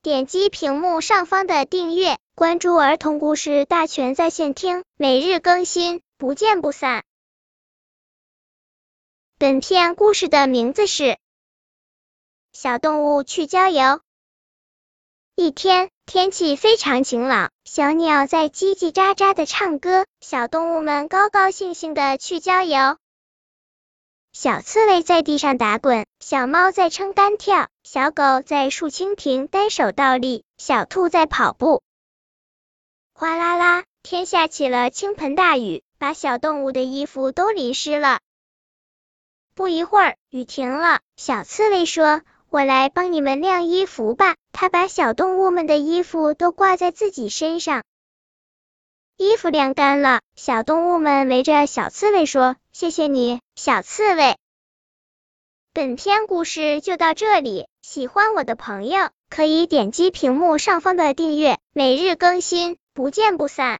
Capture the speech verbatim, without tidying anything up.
点击屏幕上方的订阅，关注儿童故事大全在线听，每日更新，不见不散。本片故事的名字是小动物去郊游。一天，天气非常晴朗，小鸟在叽叽喳喳的唱歌，小动物们高高兴兴的去郊游。小刺猬在地上打滚，小猫在撑杆跳，小狗在竖蜻蜓单手倒立，小兔在跑步。哗啦啦，天下起了倾盆大雨，把小动物的衣服都淋湿了。不一会儿，雨停了，小刺猬说：“我来帮你们晾衣服吧。”它把小动物们的衣服都挂在自己身上。衣服晾干了，小动物们围着小刺猬说：“谢谢你，小刺猬。”本篇故事就到这里，喜欢我的朋友可以点击屏幕上方的订阅，每日更新，不见不散。